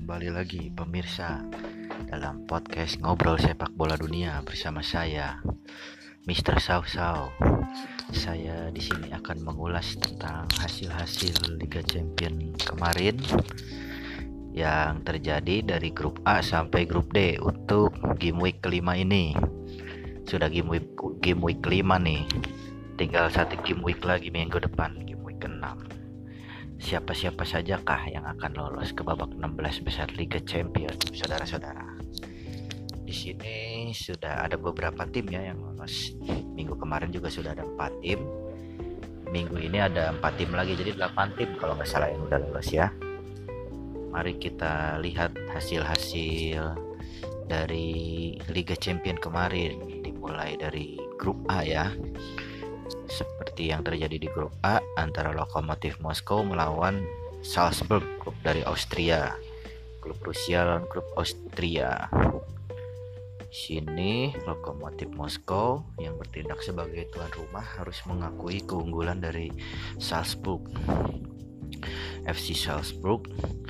kembali lagi pemirsa dalam podcast Ngobrol Sepak Bola Dunia bersama saya, Mr. Sau Sau. Saya di sini akan mengulas tentang hasil-hasil Liga Champions kemarin yang terjadi dari grup A sampai grup D untuk game week kelima ini. Sudah game week kelima nih. Tinggal satu game week lagi minggu depan, game week ke-6. Siapa-siapa sajakah yang akan lolos ke babak 16 besar Liga Champions, saudara-saudara? Di sini sudah ada beberapa tim ya yang lolos. Minggu kemarin juga sudah ada 4 tim. Minggu ini ada 4 tim lagi, jadi 8 tim kalau nggak salah yang udah lolos ya. Mari kita lihat hasil-hasil dari Liga Champions kemarin. Dimulai dari grup A ya. Seperti yang terjadi di grup A antara Lokomotiv Moskow melawan Salzburg, klub dari Austria. Klub Rusia lawan klub Austria. Sini Lokomotiv Moskow yang bertindak sebagai tuan rumah harus mengakui keunggulan dari Salzburg. FC Salzburg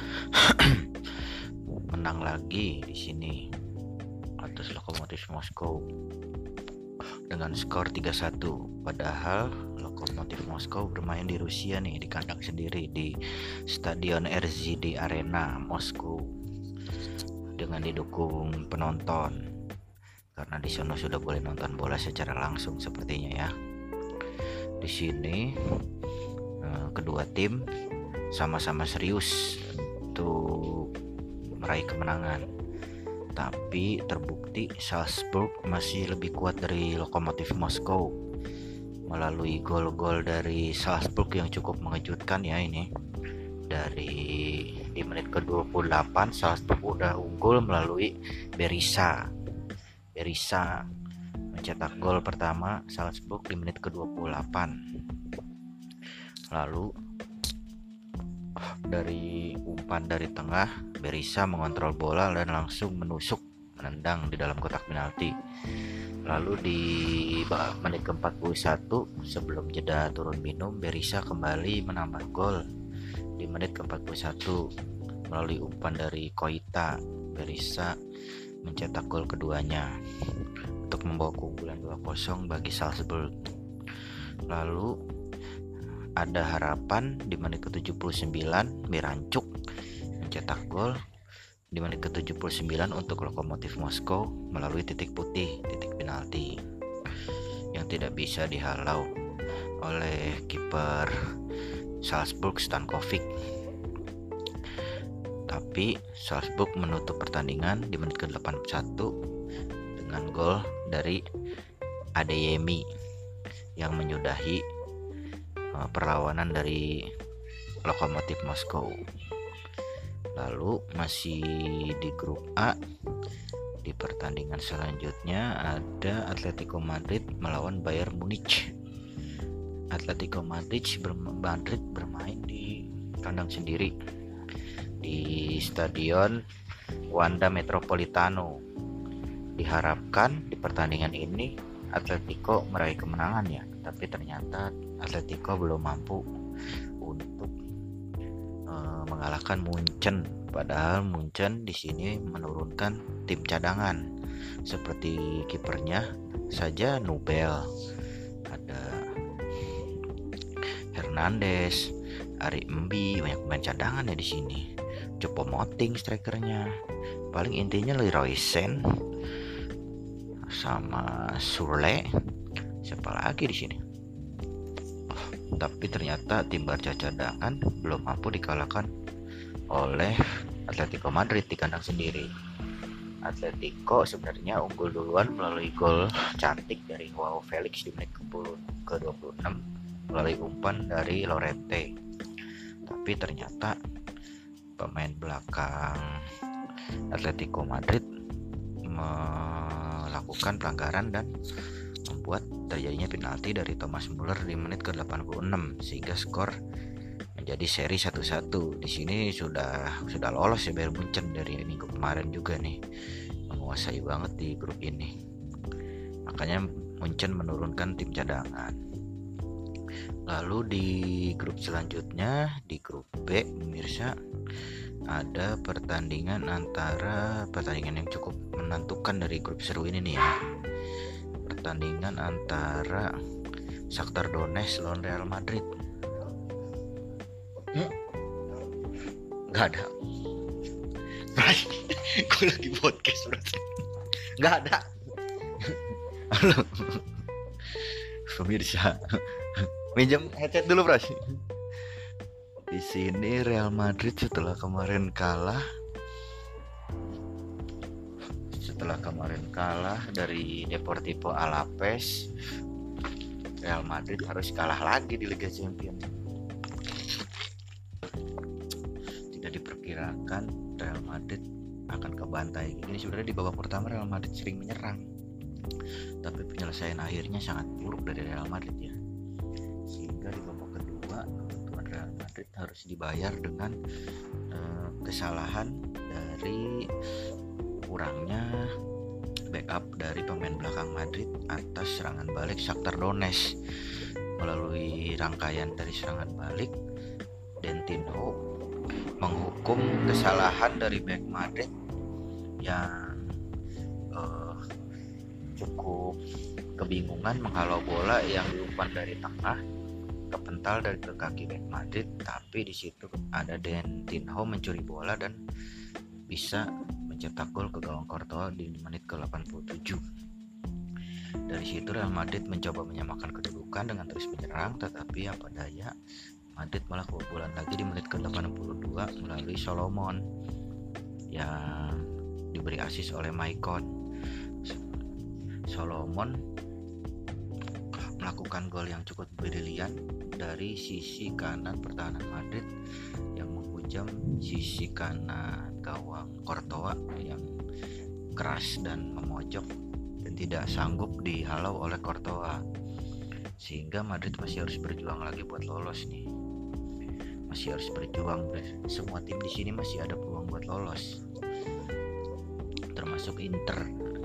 menang lagi di sini atas Lokomotiv Moskow dengan skor 3-1. Padahal Lokomotiv Moskow bermain di Rusia nih, di kandang sendiri di Stadion RZD Arena Moskow dengan didukung penonton, karena di sana sudah boleh nonton bola secara langsung sepertinya ya. Di sini kedua tim sama-sama serius untuk meraih kemenangan, tapi terbukti Salzburg masih lebih kuat dari Lokomotiv Moskow melalui gol-gol dari Salzburg yang cukup mengejutkan ya ini. Di menit ke-28 Salzburg udah unggul melalui Berisha mencetak gol pertama Salzburg di menit ke-28. Lalu dari umpan dari tengah, Berisha mengontrol bola dan langsung menendang di dalam kotak penalti. Lalu di menit ke-41 sebelum jeda turun minum, Berisha kembali menambah gol di menit ke-41 melalui umpan dari Koita. Berisha mencetak gol keduanya untuk membawa keunggulan 2-0 bagi Salzburg. Lalu ada harapan di menit ke-79, Mirancuk mencetak gol di menit ke-79 untuk Lokomotiv Moskow melalui titik putih, titik penalti yang tidak bisa dihalau oleh kiper Salzburg Stankovic. Tapi Salzburg menutup pertandingan di menit ke-81 dengan gol dari Adeyemi yang menyudahi perlawanan dari Lokomotiv Moskow. Lalu masih di grup A, di pertandingan selanjutnya ada Atletico Madrid melawan Bayern Munich. Atletico Madrid bermain di kandang sendiri di Stadion Wanda Metropolitano. Diharapkan di pertandingan ini Atletico meraih kemenangan ya, tapi ternyata Atletico belum mampu untuk mengalahkan Munchen. Padahal Munchen di sini menurunkan tim cadangan seperti kipernya saja Nubel, ada Hernandez, Ari Embi, banyak pemain cadangan ya di sini. Choupo-Moting strikernya. Paling intinya Leroy Sen sama Surle. Siapa lagi di sini? Tapi ternyata tim Barca cadangan belum mampu dikalahkan oleh Atletico Madrid di kandang sendiri. Atletico sebenarnya unggul duluan melalui gol cantik dari Joao Felix di menit ke-26 melalui umpan dari Llorente. Tapi ternyata pemain belakang Atletico Madrid melakukan pelanggaran dan membuat terjadinya penalti dari Thomas Muller di menit ke-86 sehingga skor menjadi seri 1-1. Di sini sudah lolos ya Bayern Munchen dari minggu kemarin juga nih, menguasai banget di grup ini. Makanya Munchen menurunkan tim cadangan. Lalu di grup selanjutnya, di grup B, pemirsa, ada pertandingan yang cukup menentukan dari grup seru ini nih ya. Pertandingan antara Shakhtar Donetsk lawan Real Madrid. Nggak ada. Gue lagi podcast berarti. Nggak ada. Halo pemirsa, minjem headset dulu Bros. Di sini Real Madrid setelah kemarin kalah dari Deportivo Alaves, Real Madrid harus kalah lagi di Liga Champions. Tidak diperkirakan Real Madrid akan kebantai. Ini sebenarnya di babak pertama Real Madrid sering menyerang, tapi penyelesaian akhirnya sangat buruk dari Real Madrid ya. Sehingga di babak kedua keuntungan Real Madrid harus dibayar dengan kesalahan dari kurangnya backup dari pemain belakang Madrid atas serangan balik Shakhtar Donetsk. Melalui rangkaian dari serangan balik, Dentino menghukum kesalahan dari back Madrid yang cukup kebingungan menghalau bola yang diumpan dari tengah kepental dari ke kaki back Madrid, tapi di situ ada Dentino mencuri bola dan bisa mencetak gol ke gawang Courtois di menit ke-87. Dari situ Real Madrid mencoba menyamakan kedudukan dengan terus menyerang, tetapi apa daya Madrid malah kebobolan lagi di menit ke-82 melalui Solomon yang diberi asis oleh Maicon. Solomon melakukan gol yang cukup brilian dari sisi kanan pertahanan Madrid yang menghujam sisi kanan gawang Courtois yang keras dan memojok dan tidak sanggup dihalau oleh Courtois, sehingga Madrid masih harus berjuang lagi buat lolos nih. Masih harus berjuang, semua tim di sini masih ada peluang buat lolos, termasuk Inter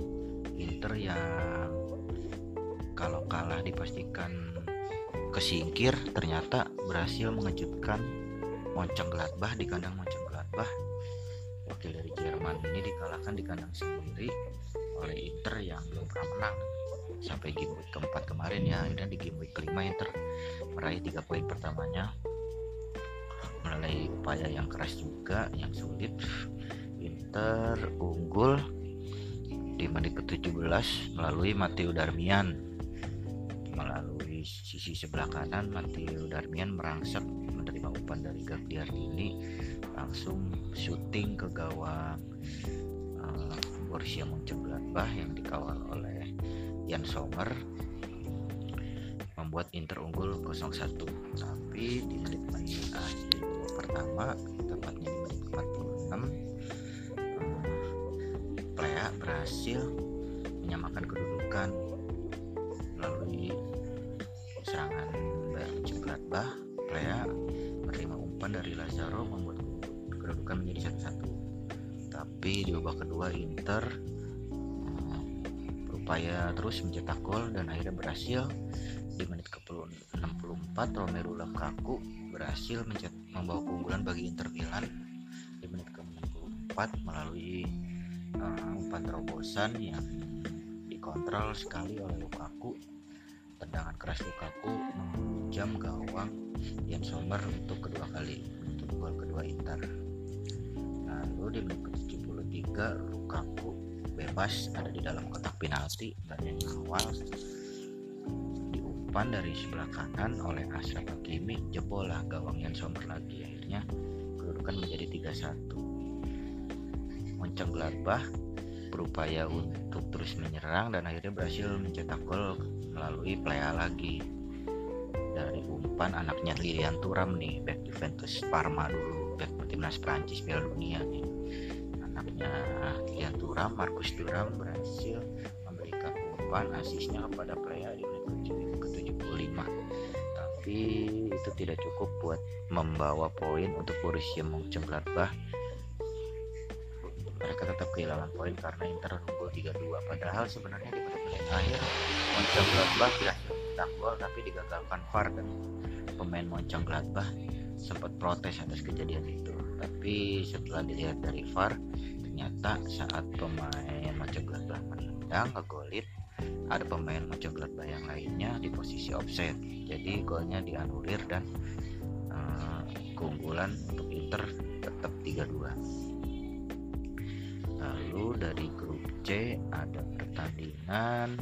yang kalau kalah dipastikan kesingkir, ternyata berhasil mengejutkan Mönchengladbach di kandang Mönchengladbach. Wakil dari Jerman ini dikalahkan di kandang sendiri oleh Inter yang belum pernah menang sampai game week keempat kemarin ya. Akhirnya di game week kelima Inter meraih 3 poin pertamanya melalui upaya yang keras juga, yang sulit. Inter unggul di menit ke-17 melalui Matteo Darmian. Melalui sisi sebelah kanan, Matteo Darmian merangsek menerima umpan dari Gagliardini, langsung syuting ke gawang Borussia Mönchengladbach yang dikawal oleh Jan Sommer, membuat Inter unggul 0-1. Tapi di menit-menit akhir pertama, tepatnya di menit 46, Plea berhasil menyamakan kedudukan melalui serangan Mönchengladbach. Plea menerima umpan dari Lazaro membuat kedudukan menjadi 1-1. Tapi di babak kedua Inter berupaya terus mencetak gol dan akhirnya berhasil. Di menit ke-64 Romelu Lukaku berhasil membawa keunggulan bagi Inter Milan di menit ke-64 melalui umpan terobosan yang dikontrol sekali oleh Lukaku. Tendangan keras Lukaku menghujam gawang Jan Sommer untuk kedua kali, untuk gol kedua Inter. Lalu di menit ke-73 Lukaku bebas ada di dalam kotak penalti dan yang awal diumpan dari sebelah kanan oleh Achraf Hakimi, jebol lah gawang Jan Sommer lagi. Akhirnya kedudukan menjadi 3-1. Mönchengladbach berupaya untuk terus menyerang dan akhirnya berhasil mencetak gol melalui Plea lagi dari umpan anaknya Lilian Thuram nih, back Juventus Parma dulu, back timnas Prancis Piala Dunia nih. Anaknya Lilian Thuram, Marcus Thuram, berhasil memberikan umpan asisnya kepada Plea di menit ke-75. Tapi itu tidak cukup buat membawa poin untuk Borussia Mönchengladbach. Mereka tetap kehilangan poin karena Inter unggul 3-2. Padahal sebenarnya di menit-menit akhir Mönchengladbach berhasil mencetak gol tapi digagalkan VAR dan pemain Mönchengladbach sempat protes atas kejadian itu, tapi setelah dilihat dari VAR ternyata saat pemain Mönchengladbach menendang ngegolin, ada pemain Mönchengladbach yang lainnya di posisi offside, jadi golnya dianulir dan keunggulan untuk Inter tetap 3-2. Lalu dari grup C ada pertandingan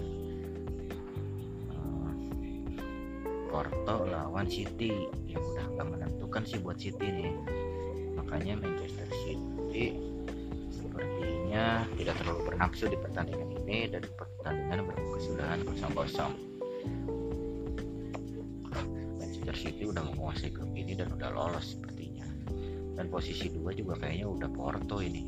Porto lawan City yang udah gak menentukan sih buat City nih, makanya Manchester City sepertinya tidak terlalu bernafsu di pertandingan ini dan pertandingan berkesudahan 0-0. Manchester City udah menguasai grup ini dan udah lolos sepertinya, dan posisi 2 juga kayaknya udah Porto ini.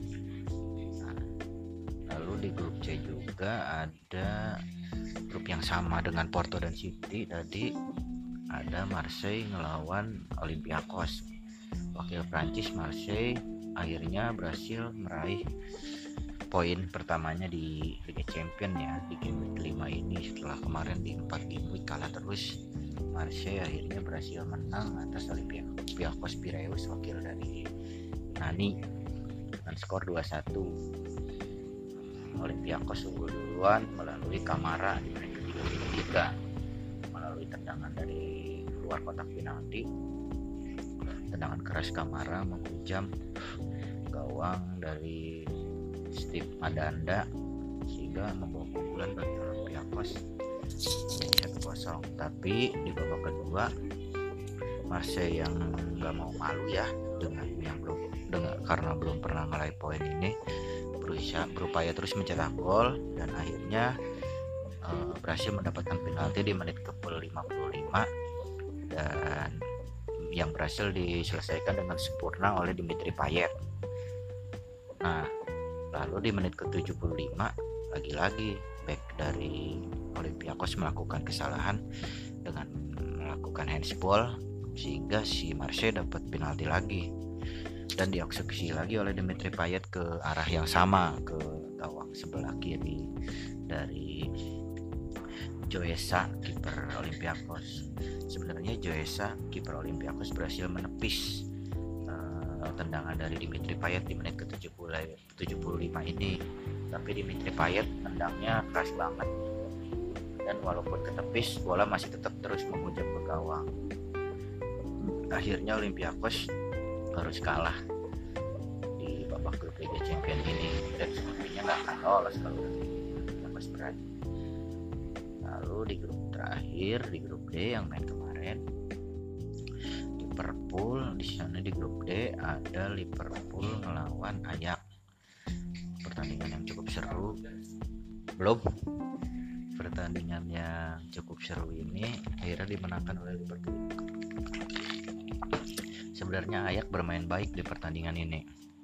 Lalu di grup C juga ada grup yang sama dengan Porto dan City tadi, ada Marseille ngelawan Olympiakos. Wakil Prancis Marseille akhirnya berhasil meraih poin pertamanya di Liga Champions ya, di game week 5 ini. Setelah kemarin di 4 game week kalah terus, Marseille akhirnya berhasil menang atas Olympiakos Piraeus wakil dari Nani dengan skor 2-1. Olympiakos unggul duluan melalui Kamara di menit ke-33 melalui tendangan dari luar kotak penalti. Tendangan keras Kamara menghujam gawang dari Steve Madanda sehingga membawa keunggulan bagi Olympiakos menjadi 1-0. Tapi di babak kedua Marseille yang nggak mau malu ya karena belum pernah ngeraih poin ini, berupaya terus mencetak gol dan akhirnya berhasil mendapatkan penalti di menit ke-55 dan yang berhasil diselesaikan dengan sempurna oleh Dimitri Payet. Nah, lalu di menit ke-75 lagi-lagi back dari Olympiakos melakukan kesalahan dengan melakukan handsball sehingga si Marseille dapat penalti lagi dan dieksekusi lagi oleh Dimitri Payet ke arah yang sama, ke gawang sebelah kiri dari Joesa, kiper Olympiakos. Sebenarnya Joesa, kiper Olympiakos, berhasil menepis tendangan dari Dimitri Payet di menit ke-75 ini. Tapi Dimitri Payet tendangnya keras banget dan walaupun ketepis, bola masih tetap terus menghujam ke gawang. Akhirnya Olympiakos harus kalah di babak grup Liga Champions ini dan sepertinya nggak akan lolos kalau Olympiakos berat. Lalu di grup terakhir, di grup D yang main kemarin, Liverpool. Di sana di grup D ada Liverpool melawan Ajax. Pertandingan yang cukup seru. Pertandingan yang cukup seru ini akhirnya dimenangkan oleh Liverpool. Sebenarnya Ajax bermain baik di pertandingan ini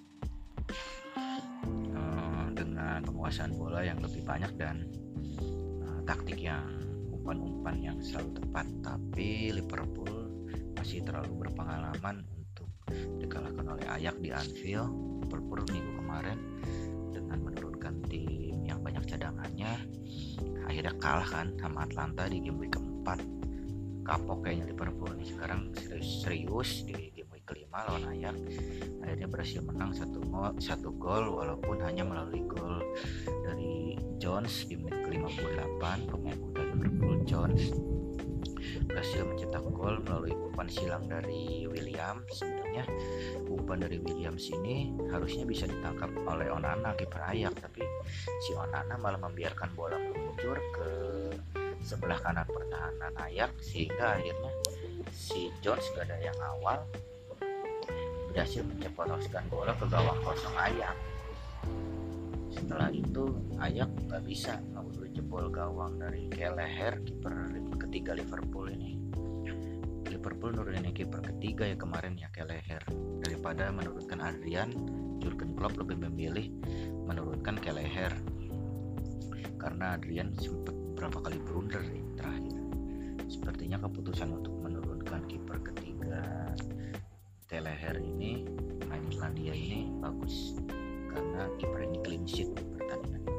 dengan penguasaan bola yang lebih banyak dan taktik yang umpan-umpan yang selalu tepat. Tapi Liverpool masih terlalu berpengalaman untuk dikalahkan oleh Ajax di Anfield. Liverpool minggu kemarin dengan menurunkan tim yang banyak cadangannya akhirnya kalah kan sama Atlanta di game week keempat. Kapok kayaknya Liverpool nih sekarang serius di game week kelima lawan Ajax. Akhirnya berhasil menang 1 gol walaupun hanya melalui gol dari Jones di menit ke-58. Pemain muda Liverpool Jones berhasil mencetak gol melalui umpan silang dari Williams. Sebenarnya umpan dari Williams ini harusnya bisa ditangkap oleh Onana kiper Ajax, tapi si Onana malah membiarkan bola meluncur ke sebelah kanan pertahanan Ajax sehingga akhirnya si Jones gak ada yang awal berhasil menceploskan bola ke gawang kosong Ajax. Setelah itu Ajax gak bisa jebol gawang dari Kelleher, kiper ketiga Liverpool ini. Liverpool nurunin kiper ketiga ya kemarin ya, Kelleher. Daripada menurunkan Adrian, Jurgen Klopp lebih memilih menurunkan Kelleher karena Adrian sempat berapa kali blunder terakhir. Sepertinya keputusan untuk menurunkan kiper ketiga Kelleher ini, pemain Islandia ini bagus karena kiper ini clean sheet di pertandingan ini.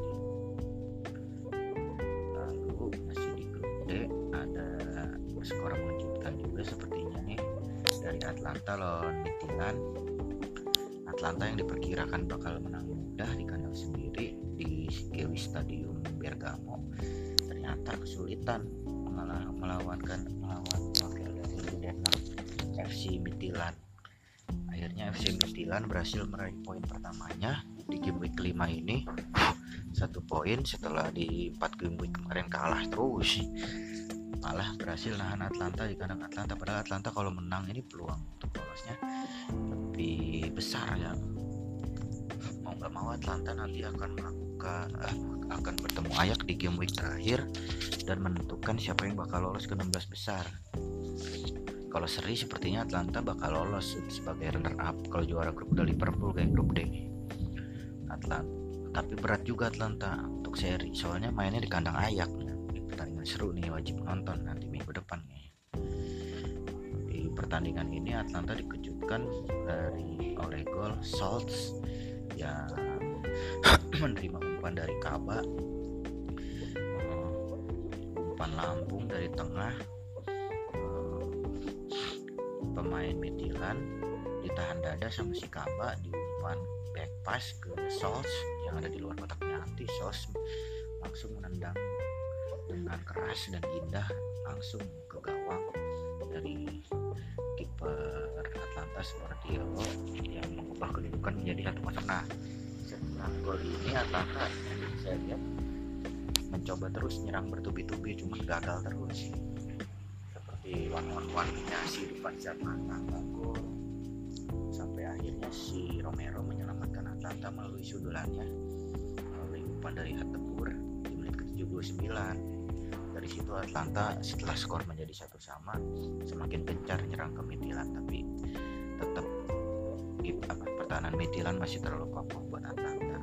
Lalu masih di grup D ada skor mengejutkan juga sepertinya nih dari Atalanta lawan Midtjylland. Atalanta yang diperkirakan bakal menang mudah di kandang sendiri di Gewi Stadium Bergamo ternyata kesulitan melawan wakil dari Denmark FC Midtjylland. Akhirnya FC Midtjylland berhasil meraih poin pertamanya di game week 5 ini, 1 poin setelah di 4 game week kemarin kalah terus. Malah berhasil nahan Atalanta di kandang Atalanta, padahal Atalanta kalau menang ini peluang untuk lolosnya lebih besar ya. Mau nggak mau Atalanta nanti akan bertemu Ajax di game week terakhir dan menentukan siapa yang bakal lolos ke 16 besar. Kalau seri sepertinya Atalanta bakal lolos sebagai runner up kalau juara grup udah Liverpool kayak grup D. Atalanta, tapi berat juga Atalanta untuk seri soalnya mainnya di kandang Ajax. Pertandingan seru nih, wajib nonton nanti minggu depan nih. Di pertandingan ini Atalanta dikejutkan oleh gol Scholz yang menerima umpan dari Kaba, umpan lambung dari tengah. Pemain Midtjylland ditahan dada sama si Kaba, diumpan back pass ke Scholz yang ada di luar kotak penalti. Scholz langsung menendang dengan keras dan indah langsung ke gawang dari kiper Atalanta Sportiello yang mengubah kedudukan menjadi 1-0. Nah, setelah gol ini Atalanta saya lihat mencoba terus nyerang bertubi-tubi, cuma gagal terus. Seperti one-on-one-nya si Dufan Zapata gol sampai akhirnya si Romero menyelamatkan Atalanta melalui sundulannya melalui umpan dari Hateboer di menit ke-79. Dari situ Atalanta setelah skor menjadi 1-1 semakin gencar nyerang ke Midtjylland, tapi tetap pertahanan Midtjylland masih terlalu kokoh buat Atalanta.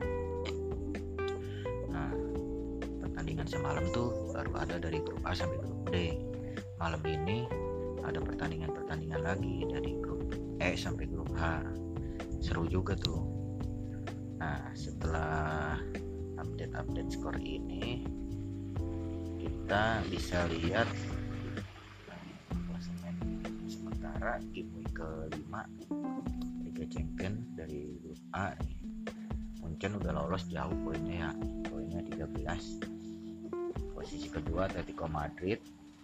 Nah, pertandingan semalam tuh baru ada dari grup A sampai grup D. Malam ini ada pertandingan lagi dari grup E sampai grup H. Seru juga tuh. Nah, setelah update skor ini kita bisa lihat klasemen sementara game week ke-5 Liga Champions dari grup A nih. Munchen udah lolos jauh poinnya 13. Posisi kedua Atletico Madrid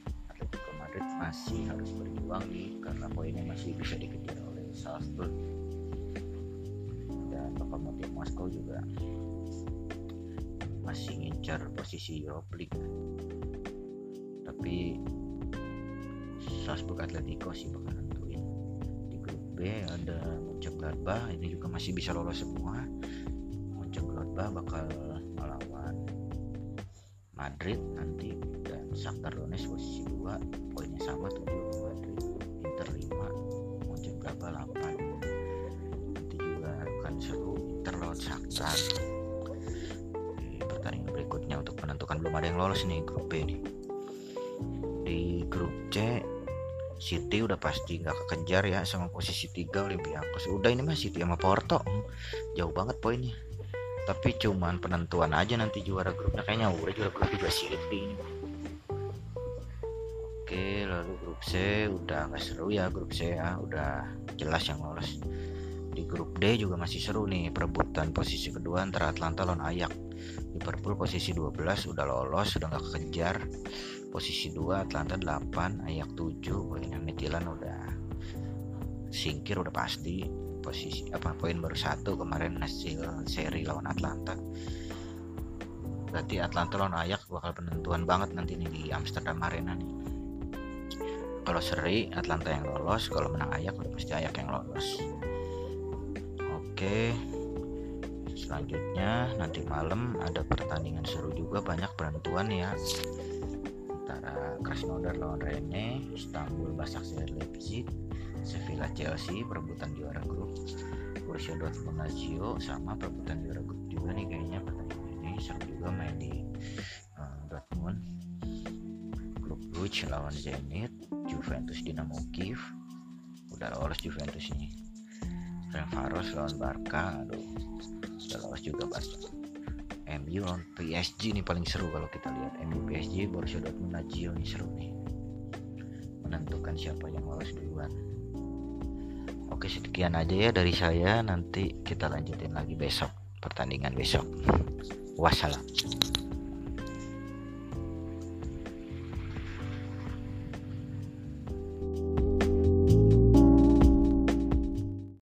masih harus berjuang nih karena poinnya masih bisa dikejar oleh Salzburg, dan Lokomotiv Moskow juga masih ngincar posisi Europa League. Tapi Salzburg Atletico sih bakal nentuin. Di grup B ada Mönchengladbach, ini juga masih bisa lolos semua. Mönchengladbach bakal melawan Madrid nanti, dan Shakhtar Donetsk posisi 2 poinnya sama 7 Madrid. Inter 5, Mönchengladbach 8. Nanti juga akan seru Inter lawan Shakhtar. Di pertandingan berikutnya untuk menentukan belum ada yang lolos nih grup B nih. Di grup C City udah pasti gak kekejar ya sama posisi 3 Olympiakos. Udah ini mah City sama Porto jauh banget poinnya. Tapi cuman penentuan aja nanti juara grupnya, kayaknya udah juara grup juga City. Oke, lalu grup C udah gak seru ya, grup C ya udah jelas yang lolos. Di grup D juga masih seru nih, perebutan posisi kedua antara Atalanta lawan Ajax. Liverpool posisi 12 udah lolos, sudah gak kekejar. Posisi 2 Atalanta 8, Ajax 7, poinnya Midtjylland udah singkir udah pasti. Poin baru 1 kemarin hasil seri lawan Atalanta. Berarti Atalanta lawan Ajax bakal penentuan banget nanti nih di Amsterdam Arena nih. Kalau seri Atalanta yang lolos, kalau menang Ajax udah pasti Ajax yang lolos. Oke, selanjutnya nanti malam ada pertandingan seru juga, banyak penentuan ya, antara Krasnodar lawan Rennes, Istanbul Başakşehir Leipzig, Sevilla Chelsea perebutan juara grup, Borussia Dortmund Lazio sama perebutan juara grup juga nih kayaknya. Pertandingan ini seru juga main di Dortmund. Klub Brugge lawan Zenit, Juventus Dinamo Kiev udah lolos Juventus ini. Ferencváros lawan Barca, udah lolos juga Barca. MU lawan PSG nih paling seru kalau kita lihat. MU PSG, Borussia Dortmund Lazio nih seru nih, menentukan siapa yang lolos duluan. Oke, sekian aja ya dari saya. Nanti kita lanjutin lagi besok, pertandingan besok. Wassalam.